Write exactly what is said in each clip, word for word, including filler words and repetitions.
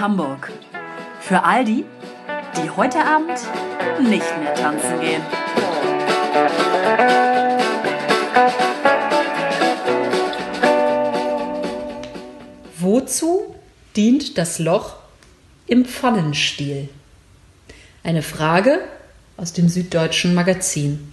Hamburg. Für all die, die heute Abend nicht mehr tanzen gehen. Wozu dient das Loch im Pfannenstiel? Eine Frage aus dem Süddeutschen Magazin.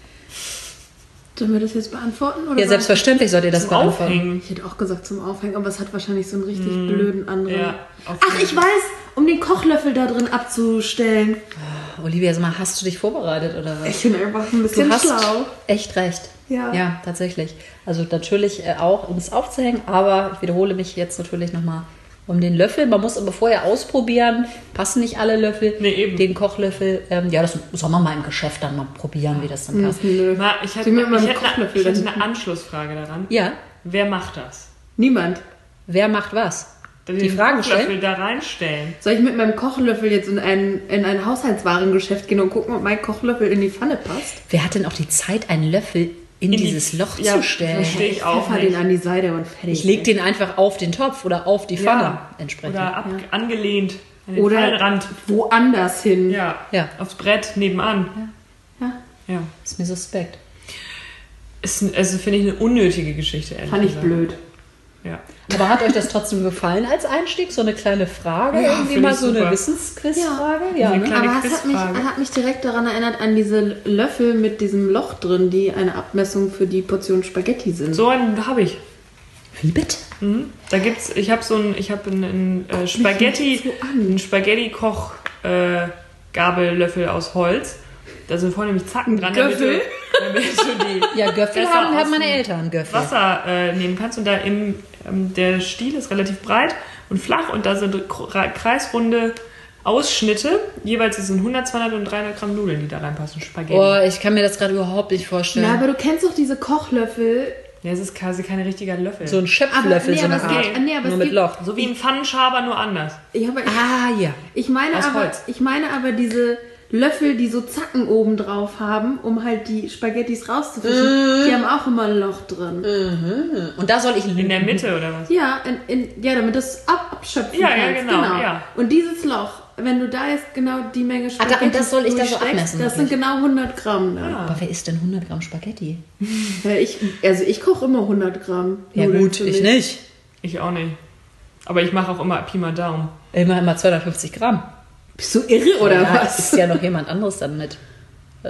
Sollen wir das jetzt beantworten? Oder ja, selbstverständlich sollt ihr das zum beantworten. Aufhängen. Ich hätte auch gesagt zum Aufhängen, aber es hat wahrscheinlich so einen richtig Mm, blöden anderen. Ja, Ach, ich weiß, um den Kochlöffel da drin abzustellen. Olivia, sag mal, hast du dich vorbereitet oder was? Ich bin einfach ein bisschen Du hast schlau. echt recht. Ja. Ja, tatsächlich. Also natürlich äh, auch, um es aufzuhängen, aber ich wiederhole mich jetzt natürlich nochmal um den Löffel. Man muss aber vorher ausprobieren, passen nicht alle Löffel. Nee, eben. Den Kochlöffel, ähm, ja, das soll man mal im Geschäft dann mal probieren, wie das dann passt. Nö. Na, ich hätte, Sie mit meinem ich hätte, eine, Kochlöffel ich hätte dann- eine Anschlussfrage daran. Ja, Wer macht das? Niemand. wer macht was? Den Die Fragen Kochlöffel stellen? da reinstellen. Soll ich mit meinem Kochlöffel jetzt in ein, in ein Haushaltswarengeschäft gehen und gucken, ob mein Kochlöffel in die Pfanne passt? Wer hat denn auch die Zeit, einen Löffel in, In die- dieses Loch ja, zu stellen? verstehe ich auch pfeffer nicht. den an die Seite und fertig. Ich leg den einfach auf den Topf oder auf die Pfanne Ja. entsprechend. Oder ab, angelehnt an den Oder Fallrand. woanders hin. Ja. Ja. Aufs Brett nebenan. Ja. Ja. Ist mir suspekt. Ist, also finde ich eine unnötige Geschichte, ehrlich Fand ich gesagt. blöd. Ja. Aber hat euch das trotzdem gefallen als Einstieg? So eine kleine Frage? Ja, Irgendwie finde mal ich so eine super. Wissensquizfrage? Ja, Ja, eine ne? kleine Aber es hat mich, Quizfrage. hat mich direkt daran erinnert, an diese Löffel mit diesem Loch drin, die eine Abmessung für die Portion Spaghetti sind. So einen habe ich. Wie bitte? Mhm. Da gibt's, ich habe so ein, ich habe einen, einen äh, Spaghetti, so an. einen Spaghetti-Koch äh, Gabellöffel aus Holz. Da sind vorne nämlich Zacken dran, damit du, Göffel? damit du die Ja, Göffel besser haben, aus haben meine dem Eltern Göffel. Wasser äh, nehmen kannst. Und da im, ähm, der Stiel ist relativ breit und flach und da sind kre- kreisrunde Ausschnitte. Jeweils sind hundert, zweihundert und dreihundert Gramm Nudeln, die da reinpassen. Spaghetti. Oh, ich kann mir das gerade überhaupt nicht vorstellen. Ja, aber du kennst doch diese Kochlöffel. Ja, es ist quasi kein richtiger Löffel. so ein Schöpflöffel, nee, so eine aber es Art. gibt- nee, aber Nur es mit gibt- Loch. so wie ein Pfannenschaber, nur anders. Ja, aber ich, Ah, ja. ich, meine Aus aber, Holz. ich meine aber diese Löffel, die so Zacken oben drauf haben, um halt die Spaghettis rauszufischen, die haben auch immer ein Loch drin. Und da soll ich In der Mitte oder was? Ja, in, in, ja, damit das ab, abschöpfen Ja, ja, kannst. genau, ja. Und dieses Loch, wenn du da jetzt genau die Menge Ah, da- Spaghetti und das soll ich da so durchsteckst, abmessen, das sind wirklich? genau hundert Gramm. Ne? Aber wer isst denn hundert Gramm Spaghetti? Ja, ich, also ich koche immer hundert Gramm. Ja Nudeln gut, für ich mich. nicht. Ich auch nicht. Aber ich mache auch immer Pi mal Daumen. Immer, immer zweihundertfünfzig Gramm. Bist du irre oder ja, was? ist ja noch jemand anderes dann mit. Äh,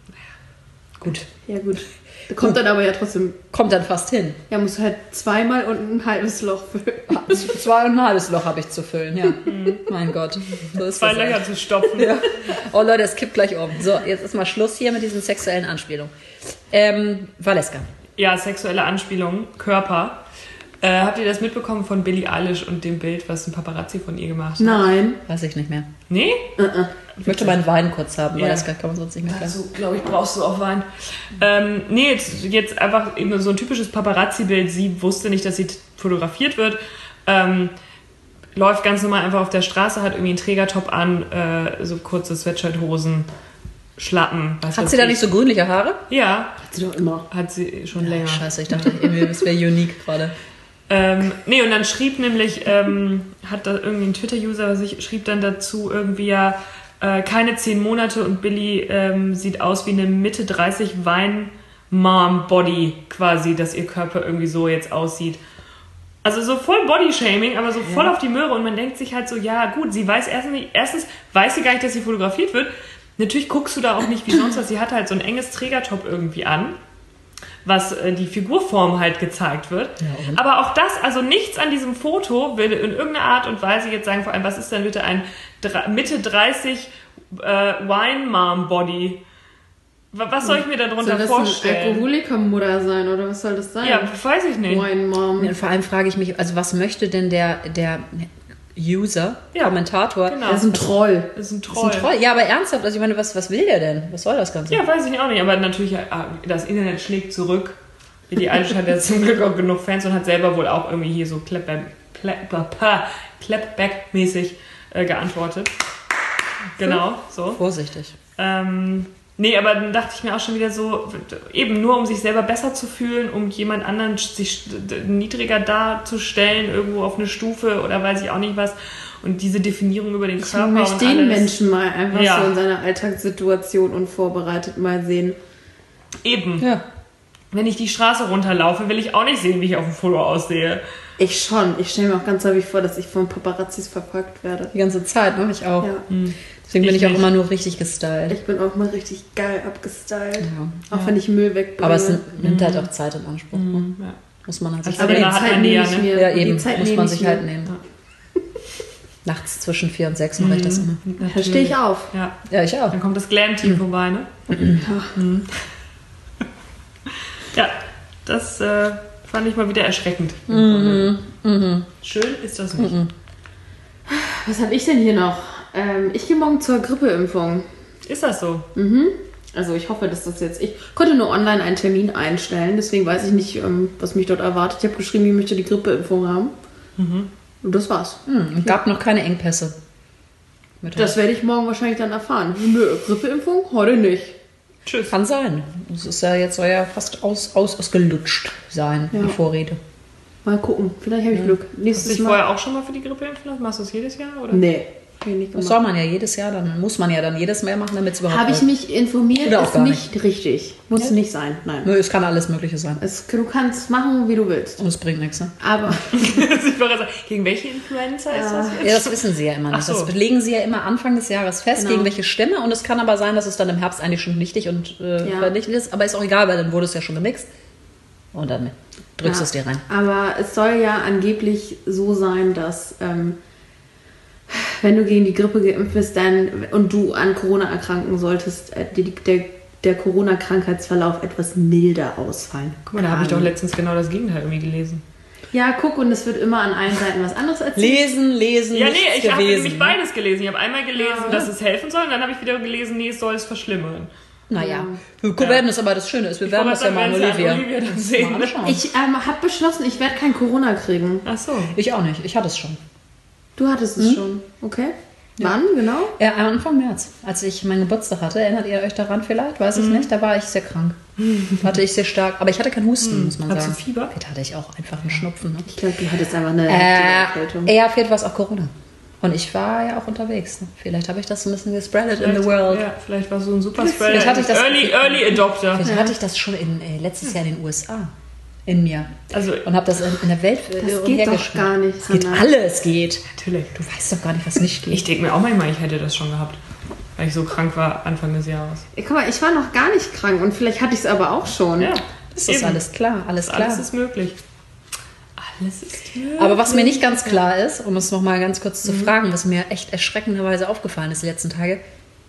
gut. Ja gut. Da kommt dann aber ja trotzdem, Kommt dann fast hin. ja, musst du halt zweimal und ein halbes Loch füllen. Zwei und ein halbes Loch habe ich zu füllen, ja. Mein Gott. So ist Zwei das Löcher zu stopfen. Ja. Oh Leute, es kippt gleich um. So, jetzt ist mal Schluss hier mit diesen sexuellen Anspielungen. Ähm, Valeska. Ja, sexuelle Anspielungen, Körper. Äh, habt ihr das mitbekommen von Billie Eilish und dem Bild, was ein Paparazzi von ihr gemacht hat? Nein. Weiß ich nicht mehr. Nee? Ich möchte meinen Wein kurz haben, Ja. Valeska kann man sonst nicht mehr klären. Also, glaube ich, brauchst du auch Wein. Ähm, nee, jetzt, jetzt einfach eben so ein typisches Paparazzi-Bild. Sie wusste nicht, dass sie t- fotografiert wird. Ähm, läuft ganz normal einfach auf der Straße, hat irgendwie einen Trägertop an, äh, so kurze Sweatshirthosen, Schlappen. Was Hat weiß sie da ich. nicht so grünliche Haare? Ja, Hat sie doch immer. hat sie schon länger. Scheiße, ich dachte irgendwie, das wäre unique gerade. Ähm, nee, und dann schrieb nämlich, ähm, hat da irgendwie ein Twitter-User, was ich schrieb dann dazu irgendwie ja, äh, keine zehn Monate und Billy ähm, sieht aus wie eine Mitte dreißig Wein-Mom-Body quasi, dass ihr Körper irgendwie so jetzt aussieht. Also so voll Body-Shaming, aber so voll auf die Möhre und man denkt sich halt so, ja gut, sie weiß erstens, nicht, erstens weiß sie gar nicht, dass sie fotografiert wird. Natürlich guckst du da auch nicht wie sonst was, sie hat halt so ein enges Trägertop irgendwie an, was äh, die Figurform halt gezeigt wird. Ja, und? Aber auch das, also nichts an diesem Foto will in irgendeiner Art und Weise jetzt sagen, vor allem, was ist denn bitte ein dr- Mitte dreißig äh, Wine-Mom-Body? Wa- Was soll ich mir darunter Soll das vorstellen? eine Alkoholikermutter sein oder was soll das sein? Ja, weiß ich nicht. Wine Mom. Und vor allem frage ich mich, also was möchte denn der, der User, Ja, Kommentator? Genau. Das ist ein Troll. Das ist ein Das Troll. ist ein Troll. Ja, aber ernsthaft, also ich meine, was, was will der denn? Was soll das Ganze? Ja, weiß ich auch nicht, aber natürlich, ah, das Internet schlägt zurück. Die Eilish hat ja zum Glück auch genug Fans und hat selber wohl auch irgendwie hier so Clapback- Clap- Clapback-mäßig äh, geantwortet. Genau, so. Vorsichtig. Ähm, nee, aber dann dachte ich mir auch schon wieder so, eben nur um sich selber besser zu fühlen, um jemand anderen sich niedriger darzustellen, irgendwo auf eine Stufe oder weiß ich auch nicht was. Und diese Definierung über den Ich Körper möchte und den alles. Menschen mal einfach Ja. so in seiner Alltagssituation unvorbereitet mal sehen. Eben. Ja. Wenn ich die Straße runterlaufe, will ich auch nicht sehen, wie ich auf dem Foto aussehe. Ich schon. Ich stelle mir auch ganz häufig vor, dass ich von Paparazzis verfolgt werde. Die ganze Zeit, ne? Ich auch. Ja. Deswegen bin Ich ich auch nicht. immer nur richtig gestylt. Ich bin auch mal richtig geil abgestylt. Ja. Auch wenn ich Müll wegbringe. Aber es nimmt halt auch Zeit in Anspruch. Ne? Ja. Muss man halt Als sich Aber die Selena hat Zeit man die nehme ja, ich ne? mir. Ja, Die eben. Zeit Muss nehme man ich sich mir. halt nehmen. Nachts zwischen vier und sechs mache ich das immer. Da stehe ich auf. Ja. Ja, ich auch. Dann kommt das Glam-Team vorbei, ne? Mhm. Ja, das äh, fand ich mal wieder erschreckend. Mhm. Mhm. Schön ist das nicht. Was habe ich denn hier noch? Ähm, ich gehe morgen zur Grippeimpfung. Ist das so? Also ich hoffe, dass das jetzt... Ich konnte nur online einen Termin einstellen, deswegen weiß ich nicht, ähm, was mich dort erwartet. Ich habe geschrieben, ich möchte die Grippeimpfung haben. Und das war's. Hm, es gab noch keine Engpässe. Mit Das werde ich morgen wahrscheinlich dann erfahren. Nö, Grippeimpfung? Heute nicht. Tschüss. Kann sein. Es ist ja jetzt soll ja fast aus, aus, ausgelutscht sein, Ja. die Vorrede. Mal gucken. Vielleicht habe ich Glück. Hast du Nächstes dich Mal. vorher auch schon mal für die Grippe impfen lassen? Machst du es jedes Jahr? Oder? Nee, hab ich nicht Das gemacht. soll man ja jedes Jahr, dann muss man ja dann jedes Mal machen, damit es überhaupt Habe ich mich informiert, Oder auch ist gar nicht, richtig. Muss nicht sein, nein. Nö, es kann alles Mögliche sein. Es, du kannst machen, wie du willst. Und es bringt nichts, ne? Aber Ich wollte sagen, gegen welche Influenza ist das jetzt? Ja, das wissen sie ja immer nicht. Ach so. Das legen sie ja immer Anfang des Jahres fest, Genau. gegen welche Stämme. Und es kann aber sein, dass es dann im Herbst eigentlich schon nichtig und äh, Ja. vernichtet ist. Aber ist auch egal, weil dann wurde es ja schon gemixt. Und dann drückst du ja, es dir rein. Aber es soll ja angeblich so sein, dass ähm, wenn du gegen die Grippe geimpft bist dann, und du an Corona erkranken solltest, äh, die, der, der Corona-Krankheitsverlauf etwas milder ausfallen. Guck mal, da habe ich doch kann. letztens genau das Gegenteil irgendwie gelesen. Ja, guck, und es wird immer an allen Seiten was anderes erzählt. Lesen, lesen, Ja, nee, nichts ich habe gewesen. nämlich beides gelesen. Ich habe einmal gelesen, Ja. dass es helfen soll, und dann habe ich wieder gelesen, nee, es soll es verschlimmern. Naja, wir werden es aber das Schöne ist, wir werden das ja mal an wollte sagen, Olivia. wenn sie an Olivia dann sehen. Mal schauen. Ich ähm, habe beschlossen, ich werde kein Corona kriegen. Ach so. Ich auch nicht, ich hatte es schon. Du hattest es schon, okay? Wann, genau? Ja, Anfang März, als ich meinen Geburtstag hatte, erinnert ihr euch daran vielleicht? Weiß ich nicht, da war ich sehr krank. Hatte ich sehr stark, aber ich hatte keinen Husten, muss man Hattest sagen. du Fieber? Vielleicht hatte ich auch einfach einen Schnupfen. Ne? Ich glaube, du hattest einfach eine Äh, heftige Erkältung. eher vielleicht war es auch Corona. Und ich war ja auch unterwegs. Ne? Vielleicht habe ich das so ein bisschen gespreadet in the world. Ja, vielleicht war so ein Superspreader. Vielleicht hatte ich das- Early, Early Adopter. Vielleicht hatte ich das schon in, äh, letztes Jahr in den U S A in mir. Also, Und habe das in, in der Welt äh, Das geht doch umhergeschmissen. gar nicht, Es geht Hannah. alles geht. natürlich. Du weißt doch gar nicht, was nicht geht. Ich denke mir auch manchmal, ich hätte das schon gehabt. Weil ich so krank war Anfang des Jahres. Guck mal, ich war noch gar nicht krank und vielleicht hatte ich es aber auch schon. Ja, das ist eben. alles klar, alles klar. Alles ist möglich. Alles ist möglich. Aber was mir nicht ganz klar ist, um es nochmal ganz kurz zu fragen, was mir echt erschreckenderweise aufgefallen ist die letzten Tage,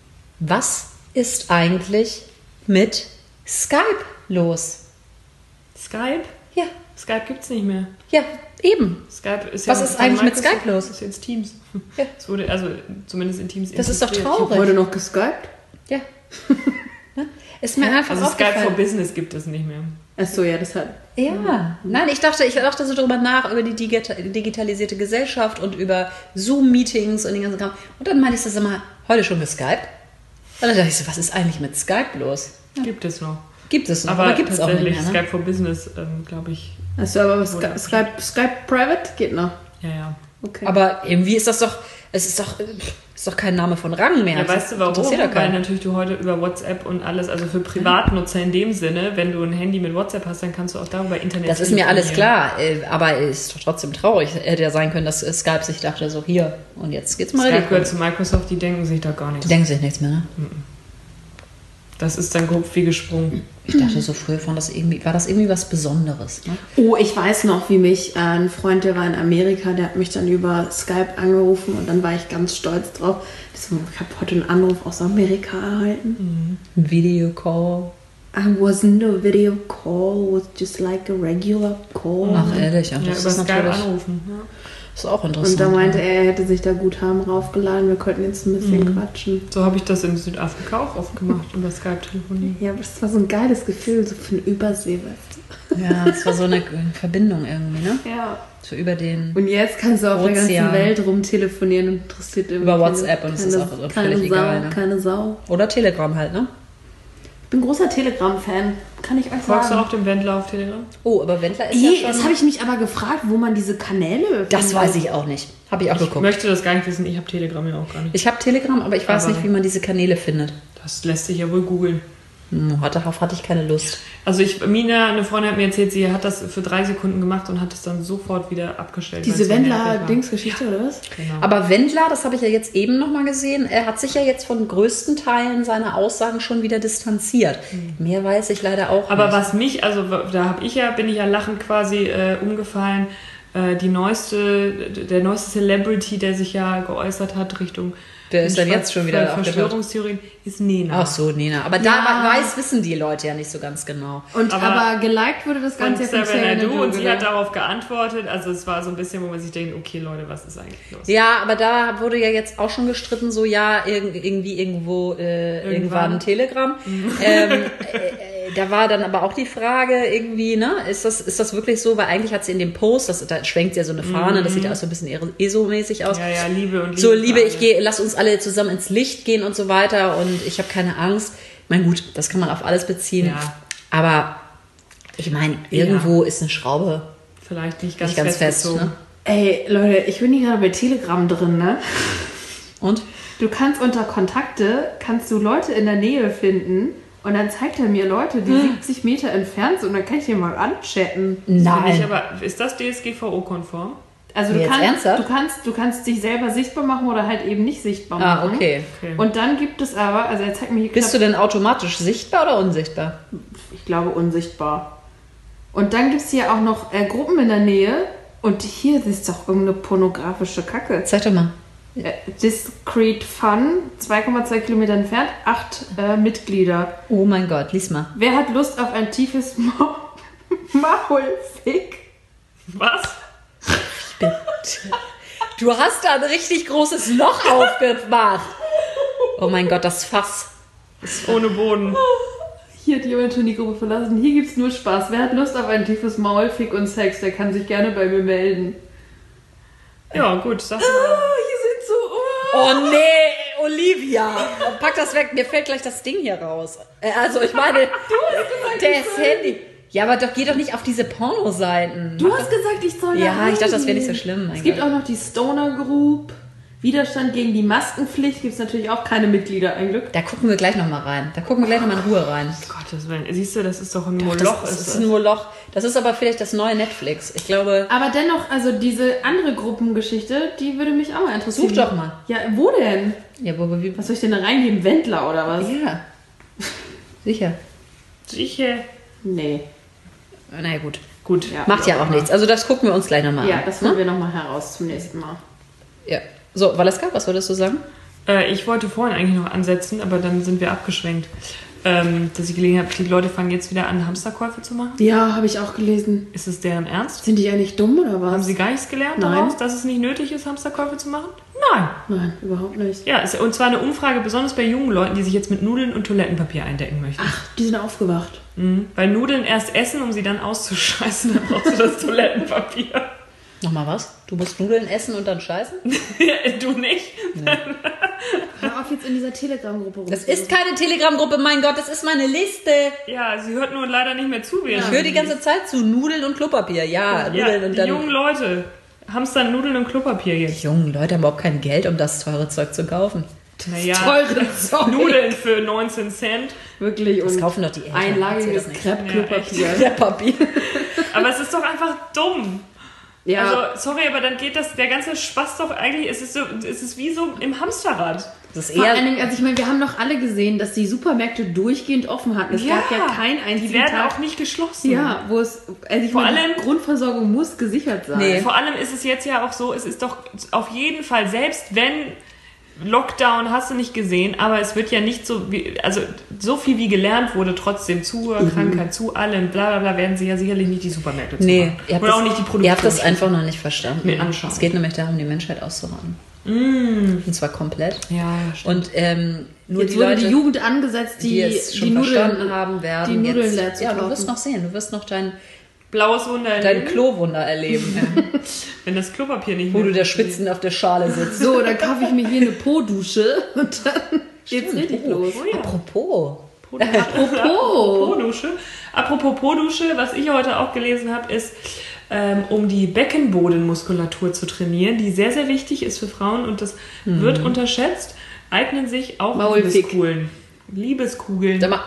was ist eigentlich mit Skype los? Skype? Ja, Skype gibt's nicht mehr. ja, eben. Skype ist Was ja ist von eigentlich mit Microsoft. Skype los? Das ist jetzt Teams. Ja. Es wurde, also zumindest in Teams Das ist doch integriert. traurig. Wurde noch geskypt? Ja. Ne? Ist mir einfach Also Skype for aufgefallen. Business gibt es nicht mehr. Achso, ja, das hat. Ja, nein, ich dachte, ich dachte so darüber nach, über die digita- digitalisierte Gesellschaft und über Zoom-Meetings und den ganzen Kram. Und dann meinte ich so, sag mal, heute schon geskypt? Und dann dachte ich so, was ist eigentlich mit Skype los? Gibt es noch. Gibt es noch, Aber, aber, gibt es auch nicht tatsächlich, mehr. Ne? Skype for Business, ähm, glaube ich. Achso, aber Wurde Skype, abgeschafft. Skype, Skype Private geht noch. Ja, ja. Okay. Aber irgendwie ist das doch, es ist doch, ist doch kein Name von Rang mehr. Ja, Das weißt du warum? interessiert doch Weil keinen. natürlich du heute über WhatsApp und alles, also für Privatnutzer in dem Sinne, wenn du ein Handy mit WhatsApp hast, dann kannst du auch darüber Internet Das ist mir alles telefonieren. klar, äh, aber es ist doch trotzdem traurig. Hätte ja sein können, dass äh, Skype sich dachte, so hier und jetzt geht's mal Skype richtig. gehört zu Microsoft, die denken sich da gar Die nichts. denken sich nichts mehr, ne? Das ist dann grob wie gesprungen. Ich dachte so früher, fand das irgendwie, war das irgendwie was Besonderes. Ne? Oh, ich weiß noch, wie mich äh, ein Freund, der war in Amerika, der hat mich dann über Skype angerufen und dann war ich ganz stolz drauf. Ich so, ich habe heute einen Anruf aus Amerika erhalten. Ein Videocall. I wasn't a video call, was just like a regular call. Ach ehrlich, ja, Ja, das über ist Skype natürlich anrufen. Ja. ist auch interessant. Und da meinte er, er hätte sich da Guthaben raufgeladen, wir könnten jetzt ein bisschen quatschen. So habe ich das in Südafrika auch oft gemacht, über Skype-Telefonie. Ja, aber das war so ein geiles Gefühl, so für eine Übersee, weißt Ja, es war so eine Verbindung irgendwie, ne? du? Ja. So über den. Und jetzt kannst du auf der Ozean. ganzen Welt rumtelefonieren und interessiert irgendwie Über keine- WhatsApp und es ist keine- auch keine völlig Sau, egal, ne? Keine Sau. Oder Telegram halt, ne? Ich bin großer Telegram-Fan, kann ich euch Folgst du sagen. auch dem Wendler auf Telegram? Oh, aber Wendler ist Nee, ja das schon... habe ich mich aber gefragt, wo man diese Kanäle... Das findet. weiß ich auch nicht. Habe ich auch Ich geguckt. möchte das gar nicht wissen, ich habe Telegram ja auch gar nicht. Ich habe Telegram, aber ich weiß Aber- nicht, wie man diese Kanäle findet. Das lässt sich ja wohl googeln. Hm, Darauf hatte ich keine Lust. Also ich, Mina, eine Freundin hat mir erzählt, sie hat das für drei Sekunden gemacht und hat es dann sofort wieder abgestellt. weil Diese es so nervig war. Wendler-Dingsgeschichte, oder was? Genau. Aber Wendler, das habe ich ja jetzt eben nochmal gesehen, er hat sich ja jetzt von größten Teilen seiner Aussagen schon wieder distanziert. Mehr weiß ich leider auch Aber nicht. was mich, also da habe ich ja, bin ich ja lachend quasi äh, umgefallen, äh, die neueste, der neueste Celebrity, der sich ja geäußert hat Richtung Wer ist denn Verschwör- jetzt schon wieder Ver- aufgetaucht? Verschwörungstheorien, ist Nena. Ach so, Nena. Aber da Ja. weiß, wissen die Leute ja nicht so ganz genau. Und Aber- aber, geliked wurde das Von Ganze ja von Xavier Xavier Naidoo und sie Naidoo, hat darauf geantwortet. Also es war so ein bisschen, wo man sich denkt, okay Leute, was ist eigentlich los? Ja, aber da wurde ja jetzt auch schon gestritten, so ja, irg irgendwie irgendwo äh, irgendwann. Irgendwann. ein Telegramm. ähm, äh, äh, da war dann aber auch die Frage irgendwie, ne, ist das, ist das wirklich so? Weil eigentlich hat sie in dem Post, das, da schwenkt sie ja so eine Fahne, das sieht ja auch so ein bisschen eher E S O-mäßig aus. Ja, ja, Liebe und Liebe. So, Liebe, für ich alle. gehe, lass uns alle zusammen ins Licht gehen und so weiter und ich habe keine Angst. Ich meine, gut, das kann man auf alles beziehen. Ja. Aber ich meine, irgendwo ist eine Schraube Vielleicht nicht ganz, nicht ganz fest. festgezogen. Ne? Ey, Leute, ich bin hier gerade bei Telegram drin, ne? Und? Du kannst unter Kontakte, kannst du Leute in der Nähe finden und dann zeigt er mir Leute, die siebzig Meter entfernt sind und dann kann ich die mal anchatten. Finde ich, Nein. aber ist das D S G V O-konform? Also du Jetzt kannst, ernsthaft? du, kannst, du kannst dich selber sichtbar machen oder halt eben nicht sichtbar Ah, machen. okay. Okay. Und dann gibt es aber, also er zeigt mir hier Bist du knapp- denn automatisch sichtbar oder unsichtbar? ich glaube, unsichtbar. Und dann gibt es hier auch noch äh, Gruppen in der Nähe und hier ist doch irgendeine pornografische Kacke. Zeig doch mal. Äh, Discreet Fun, zwei Komma zwei Kilometer entfernt, acht äh, Mitglieder. Oh mein Gott, lies mal. Wer hat Lust auf ein tiefes Ma Maulfick? Was? Du hast da ein richtig großes Loch aufgemacht. Oh mein Gott, das Fass. Ohne Boden. Hier hat jemand schon die Gruppe verlassen. Hier gibt's nur Spaß. Wer hat Lust auf ein tiefes Maulfick und Sex, der kann sich gerne bei mir melden. Ja, gut, sag mal. hier sind so... Oh. Oh nee, Olivia. Pack das weg, mir fällt gleich das Ding hier raus. Äh, Also ich meine, das Handy. Ja, aber doch, geh doch nicht auf diese Pornoseiten. Du hast gesagt, ich soll da Ja, ich dachte, das wäre reingehen. nicht so schlimm, mein Es gibt Gott. auch noch die Stoner Group. Widerstand gegen die Maskenpflicht. Gibt es natürlich auch keine Mitglieder, ein Glück. Da gucken wir gleich nochmal rein. Da gucken wir gleich nochmal in Ruhe rein. Gottes Willen. Siehst du, das ist doch ein Das, Moloch. das ist ist das. nur Loch. Das ist aber vielleicht das neue Netflix. Ich glaube, Aber dennoch, also diese andere Gruppengeschichte, die würde mich auch mal interessieren. Such doch mal. Ja, wo denn? ja, wo, wie, Was soll ich denn da reingeben? Wendler oder was? ja, sicher. Sicher. Nee. Na ja, gut. Gut. Ja. Macht ja auch nichts. Also das gucken wir uns gleich nochmal Ja, an. das finden wir nochmal heraus zum nächsten Mal. Ja. So, Valeska, was würdest du sagen? Äh, ich wollte vorhin eigentlich noch ansetzen, aber dann sind wir abgeschwenkt. Ähm, dass ich gelegen habe, die Leute fangen jetzt wieder an, Hamsterkäufe zu machen. Ja, habe ich auch gelesen. Ist es deren Ernst? Sind die eigentlich dumm oder was? Haben sie gar nichts gelernt Nein. daraus, dass es nicht nötig ist, Hamsterkäufe zu machen? Nein. Nein, überhaupt nicht. Ja, es- und zwar eine Umfrage, besonders bei jungen Leuten, die sich jetzt mit Nudeln und Toilettenpapier eindecken möchten. Ach, die sind aufgewacht. Mhm. Weil Nudeln erst essen, um sie dann auszuscheißen, dann brauchst du das Toilettenpapier. Nochmal was? Du musst Nudeln essen und dann scheißen? Du nicht? Hör auf jetzt in dieser Telegram-Gruppe rum. Das ist keine Telegram-Gruppe, mein Gott, das ist meine Liste. Ja, sie hört nur leider nicht mehr zu. Ich höre die ganze Zeit zu. Nudeln und Klopapier. Ja, Ja, Nudeln und die dann. jungen Leute hamstern Nudeln und Klopapier Die jetzt. jungen Leute haben überhaupt kein Geld, um das teure Zeug zu kaufen. Naja, Teure Zeug. Nudeln für neunzehn Cent. Wirklich. Das Und kaufen doch die Eltern. einlagiges Erzähl das Crepe-Klopapier. nicht. Ja, Papier. Aber es ist doch einfach dumm. Ja, Also, sorry, aber dann geht das, der ganze Spaß doch eigentlich, es ist so, es ist wie so im Hamsterrad. Das ist vor eher. allen Dingen, also ich meine, wir haben doch alle gesehen, dass die Supermärkte durchgehend offen hatten. Es gab ja keinen einzigen Die werden Tag, auch nicht geschlossen. ja, wo es, also ich Vor meine, allem- die Grundversorgung muss gesichert sein. Nee. Vor allem ist es jetzt ja auch so, es ist doch auf jeden Fall, selbst wenn Lockdown hast du nicht gesehen, aber es wird ja nicht so, wie, also so viel wie gelernt wurde trotzdem zur Mhm. Krankheit, zu allem, bla bla bla, werden sie ja sicherlich nicht die Supermärkte Nee, zumachen. ihr habt, Oder das, auch nicht die Produktion. ihr habt das einfach noch nicht verstanden. Nee, anschauen. Es geht nämlich darum, die Menschheit auszurotten. Mm. Und zwar komplett. Ja, stimmt. Und ähm, nur Jetzt die wurde Leute, die Jugend angesetzt, die, die es schon die Nudeln, verstanden haben, werden die Nudeln leer jetzt. zu Ja, du kaufen. wirst noch sehen. Du wirst noch dein, Blaues Wunder dein erleben, Klowunder erleben, wenn das Klopapier nicht wo mehr du da funktioniert. schwitzend auf der Schale sitzt. So, dann kaufe ich mir hier eine Po-Dusche und dann geht's Stimmt. richtig Oh, los. Oh ja. Apropos Po-Dusche. Apropos. Apropos Po-Dusche. Apropos Po-Dusche, was ich heute auch gelesen habe, ist, ähm, um die Beckenbodenmuskulatur zu trainieren, die sehr, sehr wichtig ist für Frauen und das mhm. wird unterschätzt, eignen sich auch Maulfick. Liebeskugeln. Liebeskugeln. Sag mal.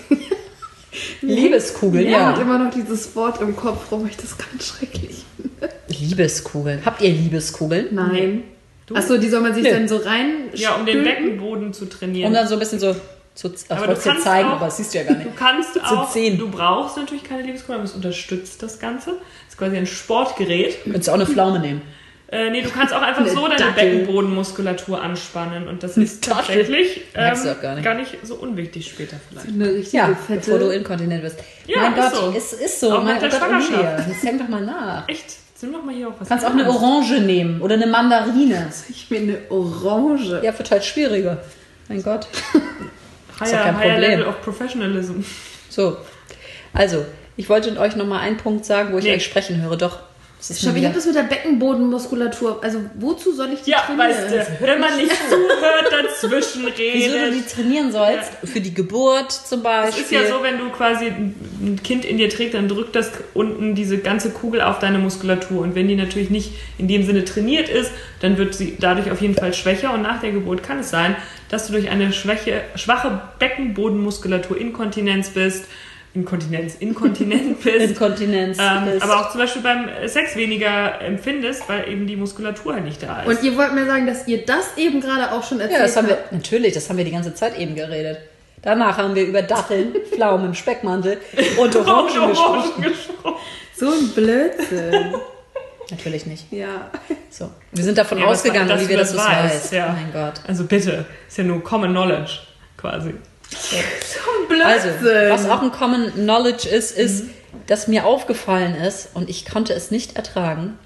Liebeskugeln, Ja, ja. hat immer noch dieses Wort im Kopf, warum ich das ganz schrecklich finde. Liebeskugeln. Habt ihr Liebeskugeln? Nein. Du? Achso, die soll man sich Nee. dann so rein. Ja, um den stülpen? Beckenboden zu trainieren. Um dann so ein bisschen so zu ach, Aber ich du wollte es dir kannst zeigen, auch- aber das siehst du ja gar Du nicht. kannst auch, zehn. du brauchst natürlich keine Liebeskugeln, aber es unterstützt das Ganze. Das ist quasi ein Sportgerät. Könntest du auch eine Pflaume nehmen. Äh, nee, du kannst auch einfach Eine so deine Dackel. Beckenbodenmuskulatur anspannen und das ist Dackel. tatsächlich Merkst du ähm, auch gar nicht. gar nicht so unwichtig später vielleicht. Eine richtige Ja, fette. bevor du inkontinent wirst. Ja, mein ist Gott, so. es ist so. Auch mein nach der Gott, Schwangerschaft. Emilia, jetzt denk doch mal nach. Echt? Sind wir doch mal hier auch was. Du kannst auch eine Orange nehmen oder eine Mandarine. Ich bin eine Orange. Ja, wird halt schwieriger. Mein Gott. Higher, doch kein higher Problem. Level of Professionalism. So, also, ich wollte euch noch mal einen Punkt sagen, wo ich Nee. euch sprechen höre. Doch, es ist Schau, mir ich wieder- habe das mit der Beckenbodenmuskulatur. Also, wozu soll ich die Ja, trainieren? weißt du, wenn man nicht zuhört, dazwischen Wieso du die redet. trainieren sollst, für die Geburt zum Beispiel. Es ist ja so, wenn du quasi ein Kind in dir trägst, dann drückt das unten diese ganze Kugel auf deine Muskulatur. Und wenn die natürlich nicht in dem Sinne trainiert ist, dann wird sie dadurch auf jeden Fall schwächer. Und nach der Geburt kann es sein, dass du durch eine Schwäche, schwache Beckenbodenmuskulatur Inkontinenz bist. Inkontinenz, inkontinent bist. Inkontinenz. ähm, ist. aber auch zum Beispiel beim Sex weniger empfindest, weil eben die Muskulatur halt nicht da ist. Und ihr wollt mir sagen, dass ihr das eben gerade auch schon erzählt ja, das haben wir, habt? natürlich, das haben wir die ganze Zeit eben geredet. Danach haben wir über Datteln, Pflaumen, Speckmantel und Orangen gesprochen. gesprochen. So ein Blödsinn. Natürlich nicht. Ja. So, wir sind davon Ja, aber ausgegangen, dass wie du wir das das so weißt, weißt. ja. Mein Gott. Also bitte, ist ja nur Common Knowledge quasi. So ein Also, Blödsinn. was auch ein Common Knowledge ist, ist, dass mir aufgefallen ist, und ich konnte es nicht ertragen,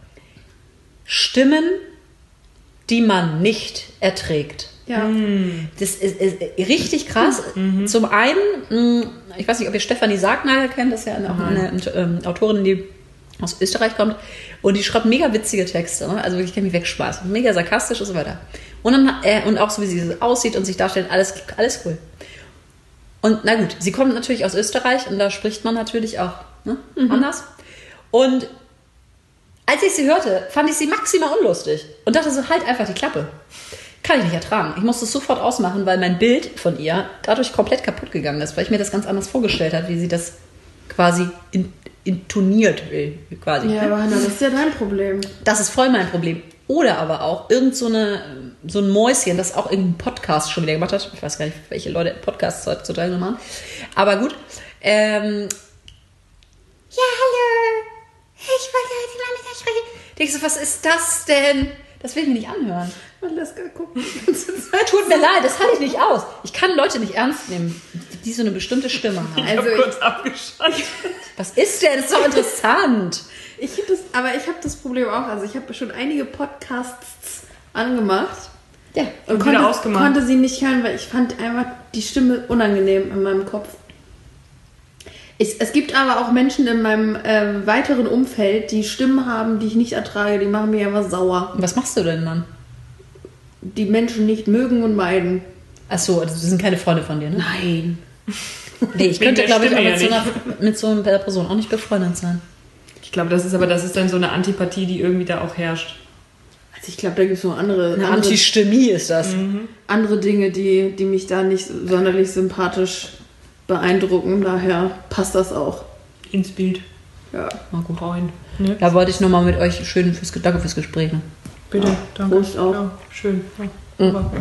Stimmen, die man nicht erträgt. Ja. Das ist, ist richtig krass. Zum einen, mh, ich weiß nicht, ob ihr Stefanie Sargnagel kennt, das ist ja eine, auch eine ähm, Autorin, die aus Österreich kommt. Und die schreibt mega witzige Texte. Ne? Also wirklich, kann mich wegspaßen. Mega sarkastisch und so weiter. Und, dann, äh, und auch so, wie sie aussieht und sich darstellt, alles, alles cool. Und na gut, sie kommt natürlich aus Österreich und da spricht man natürlich auch ne, anders. Und als ich sie hörte, fand ich sie maximal unlustig und dachte so, halt einfach die Klappe. Kann ich nicht ertragen. Ich musste es sofort ausmachen, weil mein Bild von ihr dadurch komplett kaputt gegangen ist, weil ich mir das ganz anders vorgestellt habe, wie sie das quasi in, intoniert, quasi. Ja, aber Hannah, das ist ja dein Problem. Das ist voll mein Problem. Oder aber auch irgend so, eine, so ein Mäuschen, das auch irgendeinen Podcast schon wieder gemacht hat. Ich weiß gar nicht, welche Leute Podcasts heutzutage machen. Aber gut. Ähm, ja, hallo. Ich wollte heute mal mit euch sprechen. Denkst du, was ist das denn? Das will ich mir nicht anhören. Malaska guckt die ganze Zeit. Tut mir leid, das halte ich nicht aus. Ich kann Leute nicht ernst nehmen, die so eine bestimmte Stimme haben. Ich Also habe ich- kurz abgeschaltet. Was ist denn? Das ist doch interessant. Ich hab das, aber ich habe das Problem auch. Also ich habe schon einige Podcasts angemacht Ja. und Und wieder konnte, ausgemacht. konnte sie nicht hören, weil ich fand einfach die Stimme unangenehm in meinem Kopf. Es, es gibt aber auch Menschen in meinem äh, weiteren Umfeld, die Stimmen haben, die ich nicht ertrage. Die machen mir immer sauer. Und was machst du denn dann? Die Menschen nicht mögen und meiden. Achso, das sind keine Freunde von dir, ne? Nein. Nee, ich Wegen könnte, der glaube ich, auch Stimme mit so, ja einer, mit so einer Person auch nicht befreundet sein. Ich glaube, das ist aber das ist dann so eine Antipathie, die irgendwie da auch herrscht. Also ich glaube, da gibt es noch andere, Eine andere, Antistimie ist das. andere Dinge, die, die mich da nicht sonderlich sympathisch beeindrucken. Daher passt das auch. Ins Bild. Ja. Na gut. Freuen. Ne? Da wollte ich nochmal mit euch schön fürs, danke fürs Gespräch. Ne? Bitte, danke. Prost auch. Ja, schön. Ja. Aber-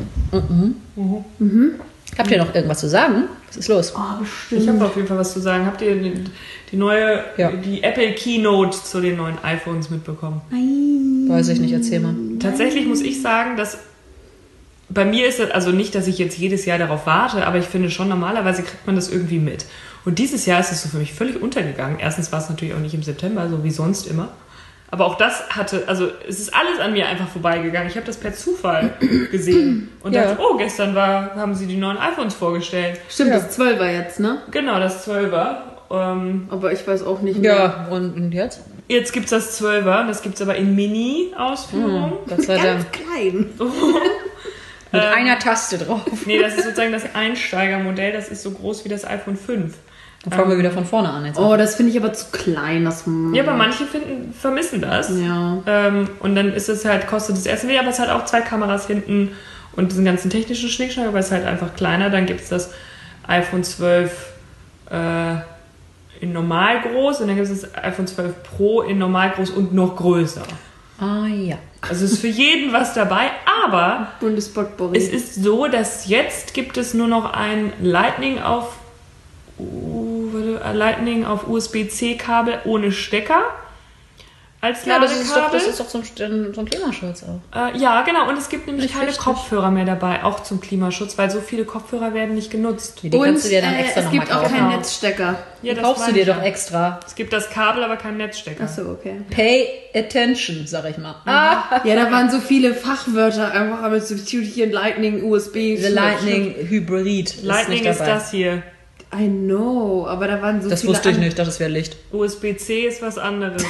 Habt ihr noch irgendwas zu sagen? Was ist los? Oh, bestimmt. Ich habe auf jeden Fall was zu sagen. Habt ihr die, die neue, Ja. die Apple Keynote zu den neuen iPhones mitbekommen? Weiß ich nicht, erzähl mal. Tatsächlich muss ich sagen, dass bei mir ist es, also nicht, dass ich jetzt jedes Jahr darauf warte, aber ich finde schon, normalerweise kriegt man das irgendwie mit. Und dieses Jahr ist es so für mich völlig untergegangen. Erstens war es natürlich auch nicht im September, so wie sonst immer. Aber auch das hatte, also es ist alles an mir einfach vorbeigegangen. Ich habe das per Zufall gesehen und Ja. dachte, oh, gestern war, haben sie die neuen iPhones vorgestellt. Stimmt, Ja. das zwölfer jetzt, ne? Genau, das zwölfer. Ähm, Aber ich weiß auch nicht mehr. Ja, und, und jetzt? jetzt gibt es das zwölfer, das gibt es aber in Mini-Ausführung. Gott sei Dank. Ganz klein. Mit Ähm, einer Taste drauf. Nee, das ist sozusagen das Einsteigermodell. Das ist so groß wie das iPhone fünf. Dann fangen wir wieder von vorne an. Jetzt. Oh, das finde ich aber zu klein. Das Ja, aber manche finden, vermissen das. Ja. Ähm, und dann ist es halt, kostet es erst weniger, aber es hat auch zwei Kameras hinten und diesen ganzen technischen Schnickschnack, aber es ist halt einfach kleiner. Dann gibt es das iPhone zwölf äh, in normal groß und dann gibt es das iPhone zwölf Pro in normal groß und noch größer. Ah ja. Also ist für jeden was dabei, aber Bundespot Boris. es ist so, dass jetzt gibt es nur noch ein Lightning auf uh, warte, Lightning auf U S B C Kabel ohne Stecker als Ja, das Ladekabel. ist doch, das ist doch so ein, so ein Klimaschutz auch. Äh, ja, genau. Und es gibt nämlich Nicht keine richtig. Kopfhörer mehr dabei, auch zum Klimaschutz, weil so viele Kopfhörer werden nicht genutzt. Die kannst du dir dann äh, extra es noch mal gibt auch kaufen. keinen Genau. Netzstecker. Ja, Die kaufst du meine dir ich doch ja. extra. Es gibt das Kabel, aber keinen Netzstecker. Achso, okay. Pay attention, sag ich mal. Ah, Ja, da waren so viele Fachwörter einfach mit Substitution, Lightning, U S B. the Lightning Hybrid ist Lightning nicht ist dabei. das hier. I know, aber da waren so Das viele. wusste ich an- nicht, das wäre Licht. U S B C ist was anderes.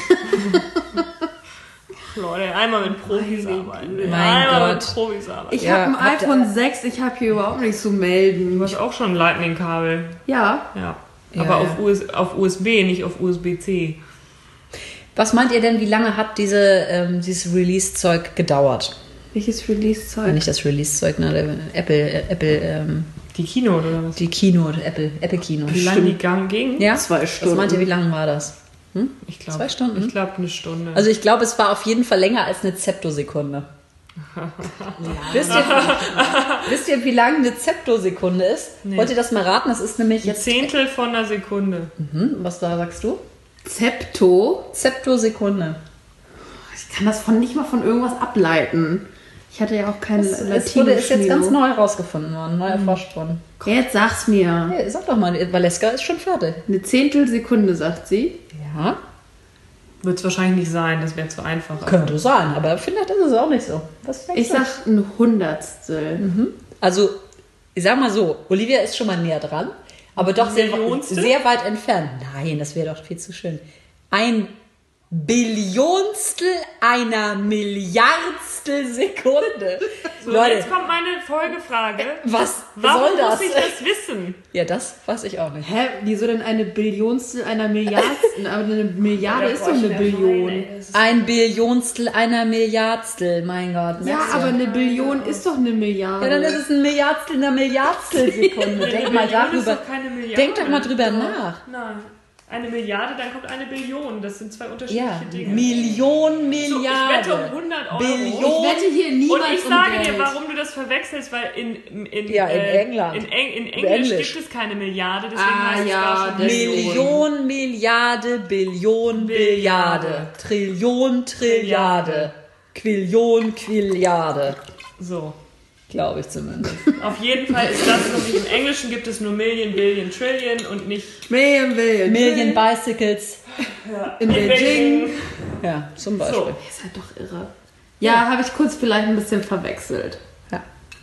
Leute, einmal mit Profis arbeiten. Mein einmal Gott. mit Profis arbeiten. Ich Ja, habe ein habt ihr- iPhone sechs, ich habe hier überhaupt nichts zu melden. Du hast auch schon ein Lightning-Kabel. Ja. Ja. Ja, aber ja. Auf, U S, auf U S B, nicht auf U S B C. Was meint ihr denn, wie lange hat diese, ähm, dieses Release-Zeug gedauert? Welches Ja, Release-Zeug? nicht das Release-Zeug, ne? Der Apple, äh, Apple, ähm, Die Keynote oder was? die Keynote, Apple, Apple Keynote. Wie lange die Gang ging? Ja? Zwei Was Stunden. meint ihr, wie lang war das? Ich glaub, Zwei Stunden? Ich glaube eine Stunde. Also ich glaube, es war auf jeden Fall länger als eine Zeptosekunde. wisst, ihr, wisst ihr, wie lang eine Zeptosekunde ist? Nee. Wollt ihr das mal raten? Das ist nämlich ein jetzt... Zehntel von einer Sekunde. Hm, was da sagst du? Zepto? Zeptosekunde. Ich kann das von nicht mal von irgendwas ableiten. Ich hatte ja auch kein Das, Latinisch. es wurde, ist jetzt ganz Nino. neu herausgefunden worden, neu erforscht worden. Jetzt sag's mir. Hey, sag doch mal, Valeska ist schon fertig. Eine Zehntelsekunde, sagt sie. Ja, Wird es wahrscheinlich nicht sein, das wäre zu einfach. könnte sein, aber vielleicht ist es auch nicht so. Was denkst Ich du? sag ein Hundertstel. Also, ich sag mal so, Olivia ist schon mal näher dran, aber doch sehr, Millionstel? sehr weit entfernt. Nein, das wäre doch viel zu schön. Ein Billionstel einer Milliardstel Sekunde. So, Leute, jetzt kommt meine Folgefrage. was Warum soll das? muss ich das wissen? Ja, das weiß ich auch nicht. Hä? Wieso denn eine Billionstel einer Milliardstel? Aber eine Milliarde ist doch eine Billion. Ein Billionstel einer Milliardstel, mein Gott. Ja, merkst du? aber eine Billion ist doch eine Milliarde. Ja, dann ist es ein Milliardstel einer Milliardstel Sekunde. Denk mal Billion ist darüber. doch keine Milliarde. Denk doch mal drüber nach. Nein. Eine Milliarde, dann kommt eine Billion. Das sind zwei unterschiedliche Ja, Dinge. Million, So, ich Milliarde. wette um hundert Euro. Billion. Ich wette hier niemals Und ich um sage Geld. dir, warum du das verwechselst, weil in, in, Ja, in äh, England. In, Eng, in In Englisch, Englisch. gibt es keine Milliarde, deswegen Ah, heißt ja, es da schon deswegen. Million, Milliarde, Billion, Billiarde. Billiarde. Trillion, Trilliarde. Quillion, Quilliarde. So. Glaube ich zumindest. Auf jeden Fall ist das nämlich im Englischen gibt es nur Million, Billion, Trillion und nicht Million, Billion. Million Bicycles. in Beijing. Ja, zum Beispiel. So. Ist halt doch irre. Ja, habe ich kurz vielleicht ein bisschen verwechselt. Ja.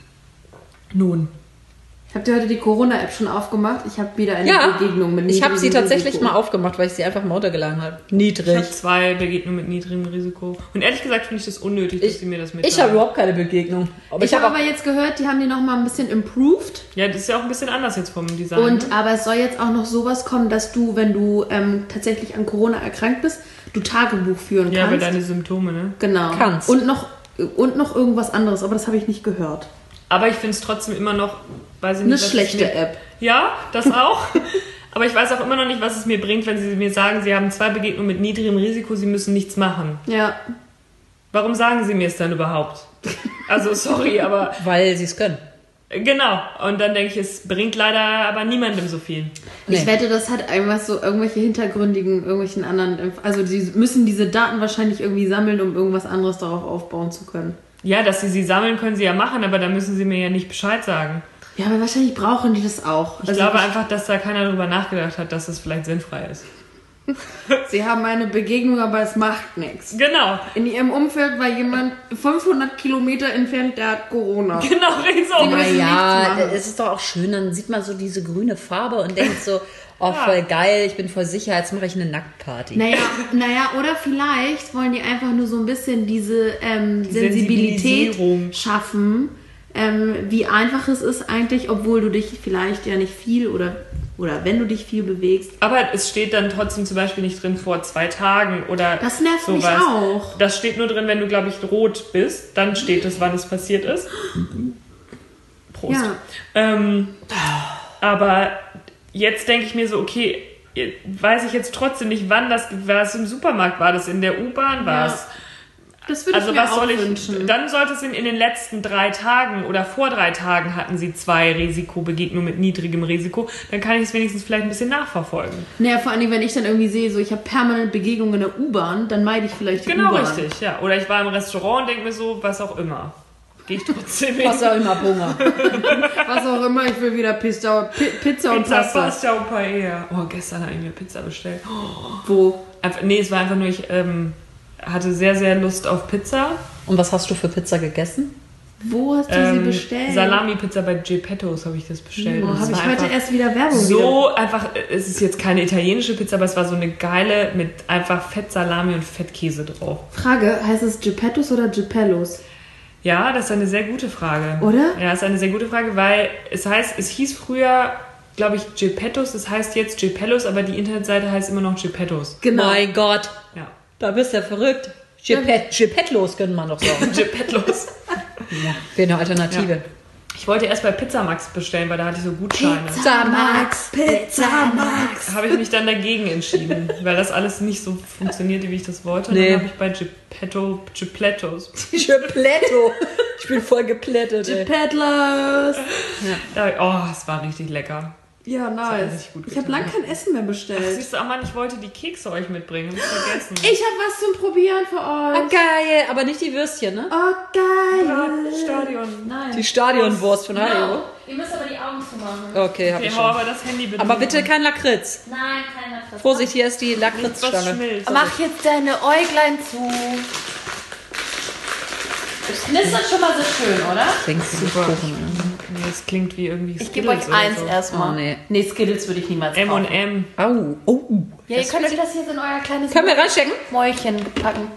Nun. Habt ihr heute die Corona-App schon aufgemacht? Ich habe wieder eine Ja, Begegnung mit ich habe sie niedrigem tatsächlich Risiko. mal aufgemacht, weil ich sie einfach mal runtergeladen habe. Ich Niedrig. habe zwei Begegnungen mit niedrigem Risiko. Und ehrlich gesagt finde ich das unnötig, dass Ich, sie mir das mitteilen. ich habe überhaupt keine Begegnung. Aber Ich ich, habe habe aber jetzt gehört, die haben die noch mal ein bisschen improved. Ja, das ist ja auch ein bisschen anders jetzt vom Design. Und ne? aber es soll jetzt auch noch sowas kommen, dass du, wenn du ähm, tatsächlich an Corona erkrankt bist, du Tagebuch führen Ja, über kannst. deine Symptome, ne? Genau. Kannst. Und noch und noch irgendwas anderes, aber das habe ich nicht gehört. Aber ich finde es trotzdem immer noch, weiß ich nicht, Eine was es schlechte mir, App. Ja, das auch. Aber ich weiß auch immer noch nicht, was es mir bringt, wenn sie mir sagen, sie haben zwei Begegnungen mit niedrigem Risiko, sie müssen nichts machen. Ja. Warum sagen sie mir es dann überhaupt? Also sorry, aber weil sie es können. genau. Und dann denke ich, es bringt leider aber niemandem so viel. Nee. Ich wette, das hat einfach so irgendwelche hintergründigen, irgendwelchen anderen. Also die müssen diese Daten wahrscheinlich irgendwie sammeln, um irgendwas anderes darauf aufbauen zu können. Ja, dass sie sie sammeln, können sie ja machen, aber da müssen sie mir ja nicht Bescheid sagen. Ja, aber wahrscheinlich brauchen die das auch. Ich glaube einfach, dass da keiner drüber nachgedacht hat, dass das vielleicht sinnfrei ist. sie haben eine Begegnung, aber es macht nichts. Genau. In ihrem Umfeld war jemand fünfhundert Kilometer entfernt, der hat Corona. Genau, so. Die müssen Ja, nichts machen. es ist doch auch schön, dann sieht man so diese grüne Farbe und denkt so, oh, voll geil, ich bin voll sicher, jetzt mache ich eine Nacktparty. Naja, naja, oder vielleicht wollen die einfach nur so ein bisschen diese ähm, Sensibilität Sensibilisierung. schaffen, ähm, wie einfach es ist eigentlich, obwohl du dich vielleicht ja nicht viel oder, oder wenn du dich viel bewegst. Aber es steht dann trotzdem zum Beispiel nicht drin vor zwei Tagen oder Das nervt sowas. mich auch. Das steht nur drin, wenn du, glaube ich, rot bist. Dann steht es, wann es passiert ist. Prost. Ja. Ähm, aber jetzt denke ich mir so, okay, weiß ich jetzt trotzdem nicht, wann das war. Es im Supermarkt war, das in der U-Bahn war es. Das würde Also ich mir was auch soll ich? wünschen. Dann sollte es in, in den letzten drei Tagen oder vor drei Tagen hatten sie zwei Risikobegegnungen mit niedrigem Risiko. Dann kann ich es wenigstens vielleicht ein bisschen nachverfolgen. Naja, vor allem, wenn ich dann irgendwie sehe, so ich habe permanent Begegnungen in der U-Bahn, dann meide ich vielleicht die Genau, U-Bahn. richtig, ja. Oder ich war im Restaurant und denke mir so, was auch immer. Gehe ich trotzdem hin. Was auch immer, Hunger. Was auch immer, ich will wieder Pizza, Pi- Pizza und Pizza, Pasta. Pasta und Paella. Oh, gestern habe ich mir Pizza bestellt. Oh. Wo? Einfach, nee, es war einfach nur, ich ähm, hatte sehr, sehr Lust auf Pizza. Und was hast du für Pizza gegessen? Wo hast du sie Ähm, bestellt? Salami-Pizza bei Geppettos habe ich das bestellt. Oh, Und es habe ich war heute einfach erst wieder Werbung wieder. so einfach, es ist jetzt keine italienische Pizza, aber es war so eine geile mit einfach Fettsalami und Fettkäse drauf. Frage, heißt es Geppettos oder Geppellos? Ja, das ist eine sehr gute Frage. Oder? Ja, das ist eine sehr gute Frage, weil es heißt, es hieß früher, glaube ich, Geppettos, es heißt jetzt Geppellos, aber die Internetseite heißt immer noch Geppettos. Genau. Mein Gott, Ja. da bist du ja verrückt. Gepet, Gepetlos könnte man doch sagen. Geppettos. Ja, wäre eine Alternative. Ja. Ich wollte erst bei Pizza Max bestellen, weil da hatte ich so Gutscheine. Pizza Max, Pizza Max. Habe ich mich dann dagegen entschieden, weil das alles nicht so funktionierte, wie ich das wollte. Und Nee. dann habe ich bei Geppetto, Geppettos. Gepletto. Ich bin voll geplättet, ey. Geppetlos. Da, oh, es war richtig lecker. Ja, hat nice. richtig gut Ich habe getan. lang kein Essen mehr bestellt. Siehst du, oh Mann, ich wollte die Kekse euch mitbringen. Hab ich vergessen. Ich habe was zum Probieren für Oh, euch. geil, aber nicht die Würstchen, ne? Oh, geil. Stadion. Nein. Die Stadionwurst von Haribo. Ihr müsst aber die Augen zumachen. Okay, hab Okay, ich hau schon. aber das Handy bitte. Aber bitte kein Lakritz. Nein, keiner Fresse. Vorsicht, hier ist die was Lakritzstange. schmilzt. Mach jetzt deine Äuglein zu. Es knistert schon mal so schön, oder? Denkst du Super. Kuchen, Nee, es klingt wie irgendwie Ich gebe euch Skittles oder eins so. erstmal. Oh, nee. Nee, Skittles würde ich niemals M kaufen. und M. ne? Au. Oh. Ja, ihr könnt euch das jetzt in euer kleines Können wir reinstecken? Mäulchen packen.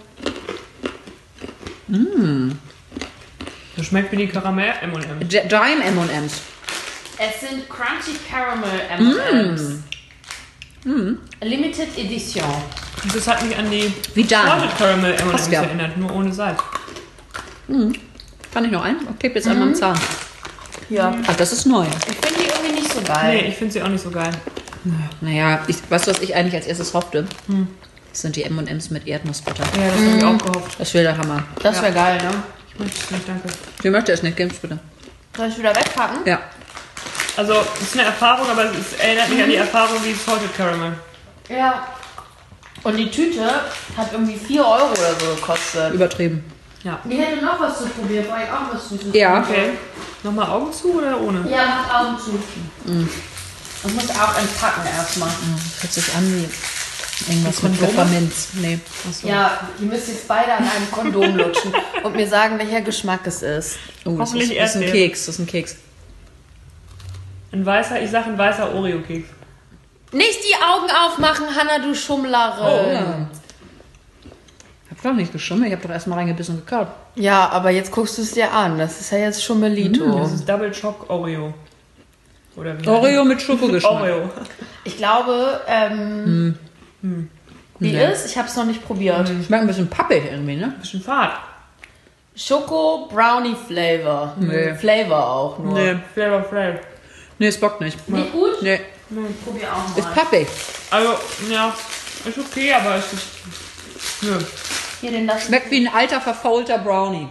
Das schmeckt wie die Karamell M und M. J- Dime M und M's. Es sind Crunchy Caramel M und M's. Limited Edition. Das hat mich an die Wie Dime. Salted Caramel M und M's Oscar. erinnert, nur ohne Salz. Kann ich noch einen? Ich klebe jetzt einmal am Zahn. Ja. Ach, das ist neu. Ich finde die irgendwie nicht so geil. Nee, ich finde sie auch nicht so geil. Naja, ich, weißt du, was ich eigentlich als erstes hoffte? Das sind die M und M's mit Erdnussbutter. Ja, das habe ich auch gehofft. Das wäre der Hammer. Das wäre geil, ne? Ich möchte es nicht, danke. Ich möchte es nicht, gib's bitte. Soll ich wieder wegpacken? Ja. Also, es ist eine Erfahrung, aber es erinnert mich an die Erfahrung wie Salted Caramel. Ja. Und die Tüte hat irgendwie vier Euro oder so gekostet. Übertrieben. Ja. Die hätte noch was zu probieren, weil ich auch was Süßes. Ja. Okay. Nochmal Augen zu oder ohne? Ja, macht Augen zu. Das muss auch entpacken erstmal. Das hört sich an wie irgendwas mit Kondome? Pfefferminz. Nee. Achso. Ja, ihr müsst jetzt beide an einem Kondom lutschen und mir sagen, welcher Geschmack es ist. Oh, das ist, Hoffentlich das ist ein Erdbeeren. Keks. Das ist ein Keks. Ein weißer, ich sag ein weißer Oreo-Keks. Nicht die Augen aufmachen, Hanna, du Schummlerin. Ja. Ich hab doch nicht geschummelt. Ich hab doch erstmal reingebissen und gekaut. Ja, aber jetzt guckst du es dir an. Das ist ja jetzt Schummelito. Das ist Double Choc Oreo. Oder wie Oreo mit Schokogeschmack. Oreo. Ich glaube, ähm, wie Nee. ist? Ich habe es noch nicht probiert. Schmeckt ein bisschen pappig irgendwie, ne? Bisschen fad. Schoko Brownie Flavor. Nee. Flavor auch nur. Nee. Flavor Flav. Nee, es bockt nicht. Nicht gut? Nee. Ich probier auch Ist mal. pappig. Also, ja, ist okay, aber es ist. Nö. Hier, den lass Schmeckt wie ein alter, verfaulter Brownie.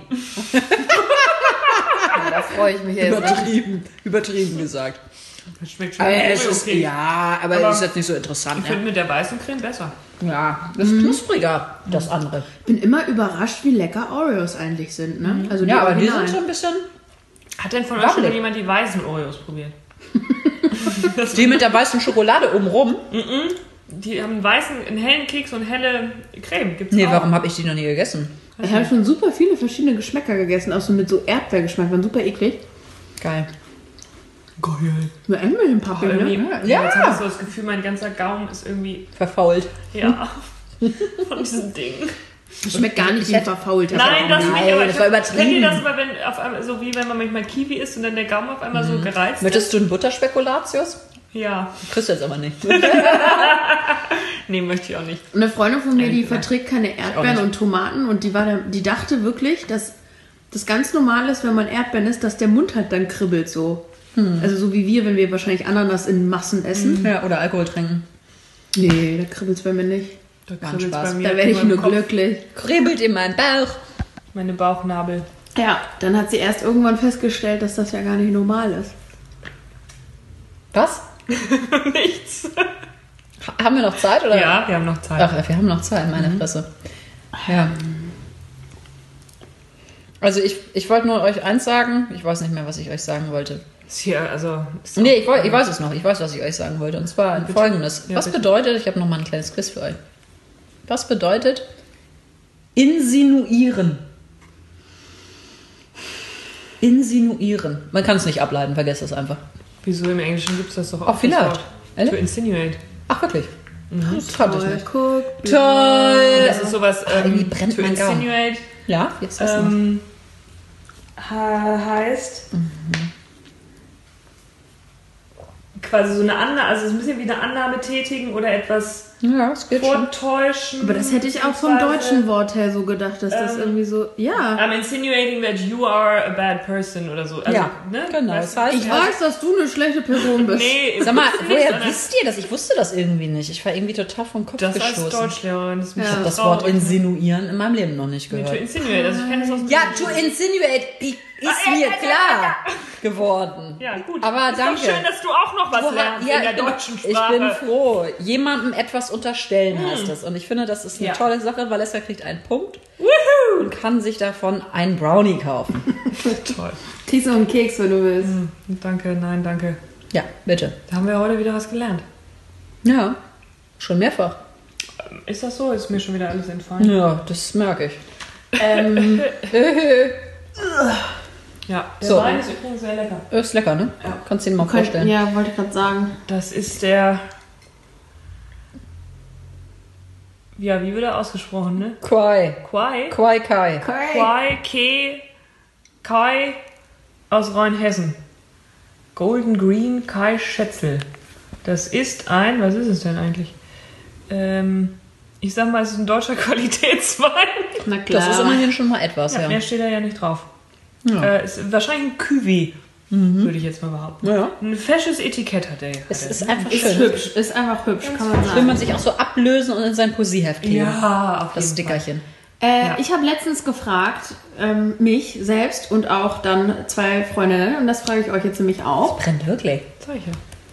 Da freue ich mich jetzt. Übertrieben. Übertrieben gesagt. Es schmeckt schon Aber es Oreo ist, okay. ja, aber, Aber es ist jetzt nicht so interessant. Ich finde mit der weißen Creme besser. Ja, ja das ist knuspriger, das andere. Ich bin immer überrascht, wie lecker Oreos eigentlich sind, ne? Also Ja, aber die Originalen. sind so ein bisschen... Hat denn von euch schon Wabbelig. mal jemand die weißen Oreos probiert? Die mit der weißen Schokolade oben rum. Die haben einen weißen, einen hellen Keks und helle Creme. Gibt's Nee, auch. warum habe ich die noch nie gegessen? Ich habe schon super viele verschiedene Geschmäcker gegessen, auch so mit so Erdbeergeschmack, waren super eklig. Geil. Geil. Mit ein bisschen Oh, Papier, irgendwie, ne? Ja. Jetzt habe ich so das Gefühl, mein ganzer Gaumen ist irgendwie, Verfault. ja, von diesem Ding. Das schmeckt gar nicht Ich wie ein hätte- verfaulter Nein, das Pfefferminz. nicht, aber das ich war hab- übertrieben. Kennt ihr das aber, wenn auf einmal, so wie wenn man manchmal Kiwi isst und dann der Gaumen auf einmal so gereizt Möchtest du einen Butterspekulatius? ist? Ja. Kriegst du jetzt aber nicht. Nee, möchte ich auch nicht. Eine Freundin von mir, die Ehrlich gesagt. verträgt keine Erdbeeren nicht. und Tomaten und die, war der, die dachte wirklich, dass das ganz normal ist, wenn man Erdbeeren isst, dass der Mund halt dann kribbelt so. Also so wie wir, wenn wir wahrscheinlich Ananas in Massen essen. Ja, oder Alkohol trinken. Nee, da kribbelt es bei mir nicht. Da War ein kribbelt's Spaß. bei mir Da werde ich in meinem nur Kopf, glücklich. Kribbelt in meinem Bauch. Meine Bauchnabel. Ja, dann hat sie erst irgendwann festgestellt, dass das ja gar nicht normal ist. Was? Nichts. Ha- Haben wir noch Zeit? Oder? Ja, wir haben noch Zeit. Ach, wir haben noch Zeit, meine Fresse. Ja. Also ich, ich wollte nur euch eins sagen. Ich weiß nicht mehr, was ich euch sagen wollte. Ist hier, also. Ist Nee, ich, woll- ich weiß es noch. Ich weiß, was ich euch sagen wollte. Und zwar Bitte? folgendes. Ja, Was bitte. bedeutet, ich habe noch mal ein kleines Quiz für euch. Was bedeutet insinuieren? Insinuieren. Man kann es nicht ableiten, vergesst es einfach. Wieso im Englischen gibt es das doch auch? Ach, vielleicht. das Wort. Ehrlich? To insinuate. Ach, wirklich? Das kannte ich nicht. Guck, Toll! Das ist sowas. Ähm, irgendwie brennt to mein Gaumen. insinuate Ja, jetzt heißt es. ähm, ha- heißt. Quasi so eine Annahme, also es ist ein bisschen wie eine Annahme tätigen oder etwas Ja, es geht schon. vortäuschen. Aber das hätte ich auch vom beziehungsweise, deutschen Wort her so gedacht, dass das Ähm, irgendwie so, ja. I'm insinuating that you are a bad person oder so. Also, Ja, ne? genau. Weißt Das heißt, Ich weiß, dass du eine schlechte Person bist. Nee, Sag mal, wisst ihr nicht, woher sondern wisst ihr das? Ich wusste das irgendwie nicht. Ich war irgendwie total vom Kopf das als gestoßen. Deutschlehrerin ist mich Ja. Ich habe das Wort insinuieren in meinem Leben noch nicht Nee, to gehört. insinuate, also ich kenne das aus dem Ja, to insinuate i- ist mir klar geworden. Ja, gut. Aber ist danke. Doch schön, dass du auch noch was Woran- lernst ja, in der ich bin, deutschen ich Sprache. bin froh. Jemandem etwas unterstellen heißt das. Und ich finde, das ist eine Ja. tolle Sache. Vanessa kriegt einen Punkt und kann sich davon einen Brownie kaufen. Toll. Kriegst du noch einen Keks, wenn du willst. Danke, nein, danke. Ja, bitte. Da haben wir heute wieder was gelernt. Ja, schon mehrfach. Ist das so? Ist mir schon wieder alles entfallen? Ja, das merke ich. Ähm, Ja, der So. Wein ist übrigens sehr lecker. Ist lecker, ne? Ja. Kannst du dir mal könnt, vorstellen. ja, wollte ich gerade sagen. Das ist der... Ja, wie wird er ausgesprochen, ne? Quai. Quai? Quai Kai. Quai, Ke, Kai aus Rheinhessen. Golden Green Kai Schätzel. Das ist ein, was ist es denn eigentlich? Ähm, ich sag mal, es ist ein deutscher Qualitätswein. Na klar. Das ist immerhin schon mal etwas, Ja, ja. mehr steht da ja nicht drauf. Ja. Äh, ist wahrscheinlich ein Cuvée, würde ich jetzt mal behaupten. Ja. Ein fesches Etikett hat er. Es hat ist er. einfach Ist schön. hübsch, ist einfach hübsch, kann man Will sagen. man sich auch so ablösen und in sein Poesieheft kleben. Ja, auf Das jeden Fall. Stickerchen. Äh, Ja. Ich habe letztens gefragt, ähm, mich selbst und auch dann zwei Freundinnen, und das frage ich euch jetzt nämlich auch. Brennt wirklich. Solche.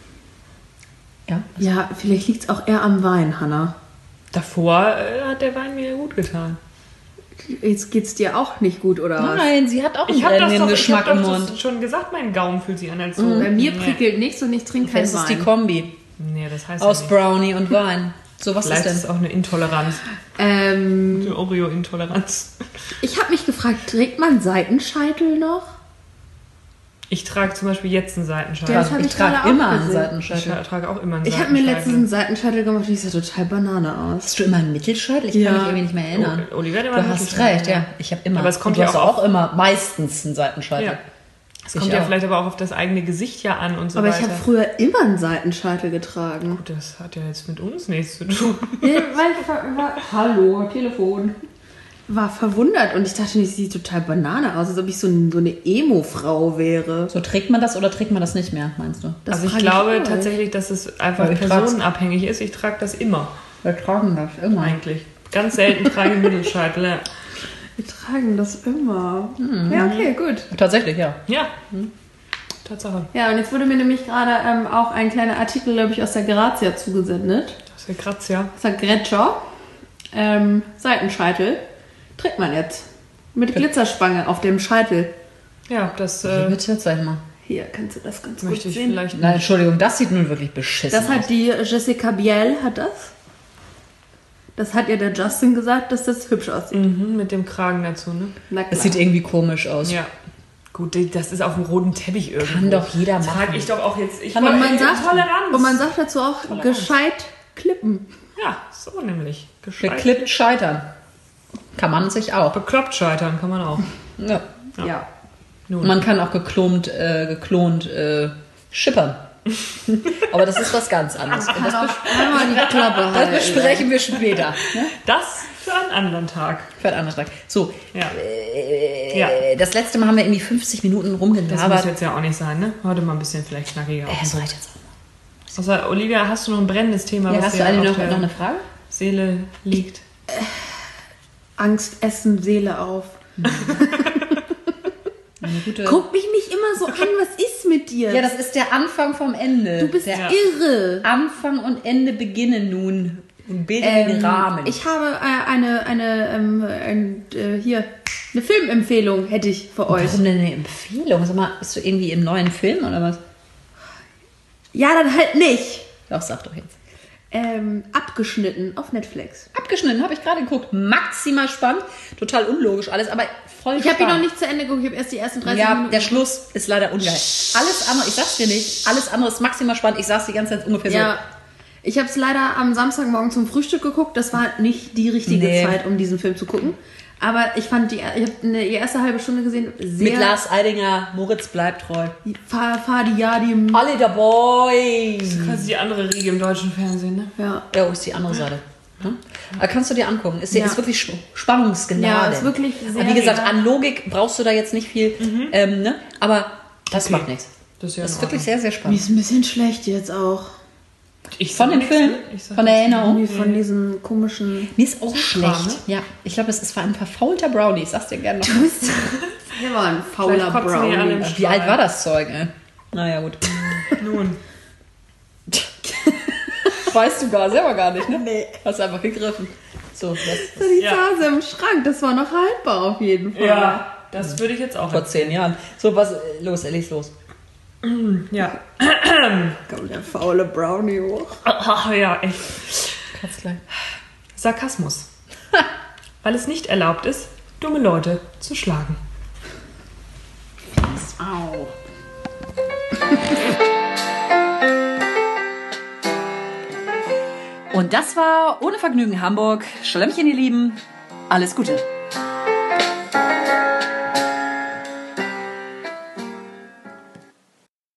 Ja. Ja, vielleicht liegt es auch eher am Wein, Hanna. Davor äh, hat der Wein mir gut getan. Jetzt geht's dir auch nicht gut, oder was? Nein, sie hat auch einen Ich habe das brennenden doch, ich Geschmack hab im doch Mund. das schon gesagt, mein Gaumen fühlt sich an als so. Bei mir Nee. prickelt nichts und ich trinke keinen Das ist die Wein. Kombi Nee, das heißt aus ja nicht. Brownie und Wein. So, was Vielleicht ist ist es denn? auch eine Intoleranz. Ähm, Eine Oreo-Intoleranz. ich habe mich gefragt, trägt man Seitenscheitel noch? Ich trage zum Beispiel jetzt einen Seitenscheitel. Ja, das hab ich ich trage gerade immer auch einen gesehen. Ich Seitenscheitel. trage auch immer einen Ich habe mir Seitenscheitel. letztens einen Seitenscheitel gemacht, die sah total Banane aus. Hast du immer einen Mittelscheitel? Ich Ja. kann mich irgendwie nicht mehr erinnern. Oh, Oliver hat immer Du einen hast Mittelscheitel, recht, ja. Ich habe immer. Aber es kommt und du ja hast auch auch immer meistens einen Seitenscheitel. Ja. Es Ich kommt ja auch. vielleicht aber auch auf das eigene Gesicht ja an und so Aber ich weiter. habe früher immer einen Seitenscheitel getragen. Das hat ja jetzt mit uns nichts zu tun. Ja, weil ich war, war, hallo, Telefon. War verwundert und ich dachte, ich sieht total Banane aus, als ob ich so, ein, so eine Emo-Frau wäre. So trägt man das oder trägt man das nicht mehr, meinst du? Das also ich frage glaube auch. tatsächlich, dass es einfach Ja, ich trag's. personenabhängig ist. Ich trage das immer, Wir tragen das immer. eigentlich. Ganz selten trage ich Mittelscheitel. Ja. Wir tragen das immer. Ja, okay, gut. Tatsächlich, ja. Ja, Tatsache. Ja, und jetzt wurde mir nämlich gerade ähm, auch ein kleiner Artikel, glaube ich, aus der Grazia zugesendet. Das ist ja kratz, ja. Aus der Gretscher. Ähm, Seitenscheitel. Trägt man jetzt. Mit Glitzerspange auf dem Scheitel. Ja, das Wie äh, bitte? Zeig mal. Hier, kannst du das ganz möchte gut ich sehen. vielleicht Nein, Entschuldigung, das sieht nun wirklich beschissen Das hat aus. die Jessica Biel, hat das. Das hat ja der Justin gesagt, dass das hübsch aussieht. Mhm, mit dem Kragen dazu, ne? Na klar. Das sieht irgendwie komisch aus. Ja. Gut, das ist auf dem roten Teppich irgendwo. Kann doch jeder Das machen. trage ich doch auch jetzt. Ich und, wollte- man sagt, Toleranz. und man sagt dazu auch gescheit klippen. Ja, so nämlich. Gescheit. Geklippt scheitern. Kann man sich auch. Bekloppt scheitern kann man auch. Ja. Ja. Nun. Man kann auch geklont, äh, geklont äh, schippern. Aber das ist was ganz anderes. Und das, bes- Einmal die Klappe das halten. besprechen wir später. Ne? Das für einen anderen Tag. Für einen anderen Tag. So, Ja. ja. äh, das letzte Mal haben wir irgendwie fünfzig Minuten Das rumgelabert. muss jetzt ja auch nicht sein, ne? Heute mal ein bisschen vielleicht knackiger. Äh, das reicht jetzt auch. Außer, Olivia, hast du noch ein brennendes Thema, Ja, was hast dir du eigentlich auf noch, der noch eine Frage? Seele liegt? Angst, Essen, Seele auf. Eine gute... Guck mich nicht immer so an, was ist mit dir? Ja, das ist der Anfang vom Ende. du bist der irre. Anfang und Ende beginnen nun und bilden den Ähm, Rahmen. Ich habe äh, eine, eine, ähm, ein, äh, hier, eine Filmempfehlung hätte ich für euch. Warum denn eine Empfehlung? Sag mal, bist du irgendwie im neuen Film oder was? Ja, dann halt nicht. Doch, sag doch jetzt. Ähm, abgeschnitten auf Netflix. Abgeschnitten, habe ich gerade geguckt. Maximal spannend. Total unlogisch alles, aber voll Ich habe ihn spannend. noch nicht zu Ende geguckt, ich habe erst die ersten dreißig Ja, Minuten. der Schluss ist leider ungeil. Alles andere, ich sag's dir nicht, alles andere ist maximal spannend. Ich sag's die ganze Zeit ungefähr Ja, ich habe es leider am Samstagmorgen zum Frühstück geguckt. Das war nicht die richtige Nee. Zeit, um diesen Film zu gucken. Aber ich fand, die, ich habe die erste halbe Stunde gesehen, so. sehr... Mit Lars Eidinger, Moritz bleibt treu. Fa- Fadi Yadim. Alle dabei. Quasi die andere Riege im deutschen Fernsehen, ne? Ja. Ja, wo ist die andere Seite? Ne? Aber kannst du dir angucken. Ist, Ja. ist wirklich sp- spannungsgeladen. Ja, ist wirklich sehr Aber wie gesagt, geladen. an Logik brauchst du da jetzt nicht viel. Ähm, ne? Aber das Okay. macht nichts. Das ist ja Das in ist wirklich Ordnung. sehr, sehr Mir spannend. ist ein bisschen schlecht jetzt auch. Ich Von sag dem nichts, Film, ne? Ich sag von der nichts. Erinnerung. Irgendwie von diesen komischen... Mir ist auch Kram, schlecht. ne? Ja, ich glaube, es ist war ein verfaulter Brownie. Ich sag's dir gerne noch. Du bist selber ein fauler Vielleicht kotzen die alle im Brownie. Wie alt war das Zeug, ey? Naja, gut. Nun. Weißt du gar selber gar nicht, ne? Nee. Hast einfach gegriffen. So, das So die Ja. Zase im Schrank, das war noch haltbar auf jeden Fall. Ja, das würde ich jetzt auch. vor zehn Jahren. So, was, los, Ellis, los. Ja. Kommt der faule Brownie hoch. Ach, ja, echt. Ganz klein. Sarkasmus. Weil es nicht erlaubt ist, dumme Leute zu schlagen. Au. Und das war Ohne Vergnügen Hamburg. Schlemmchen, ihr Lieben. Alles Gute.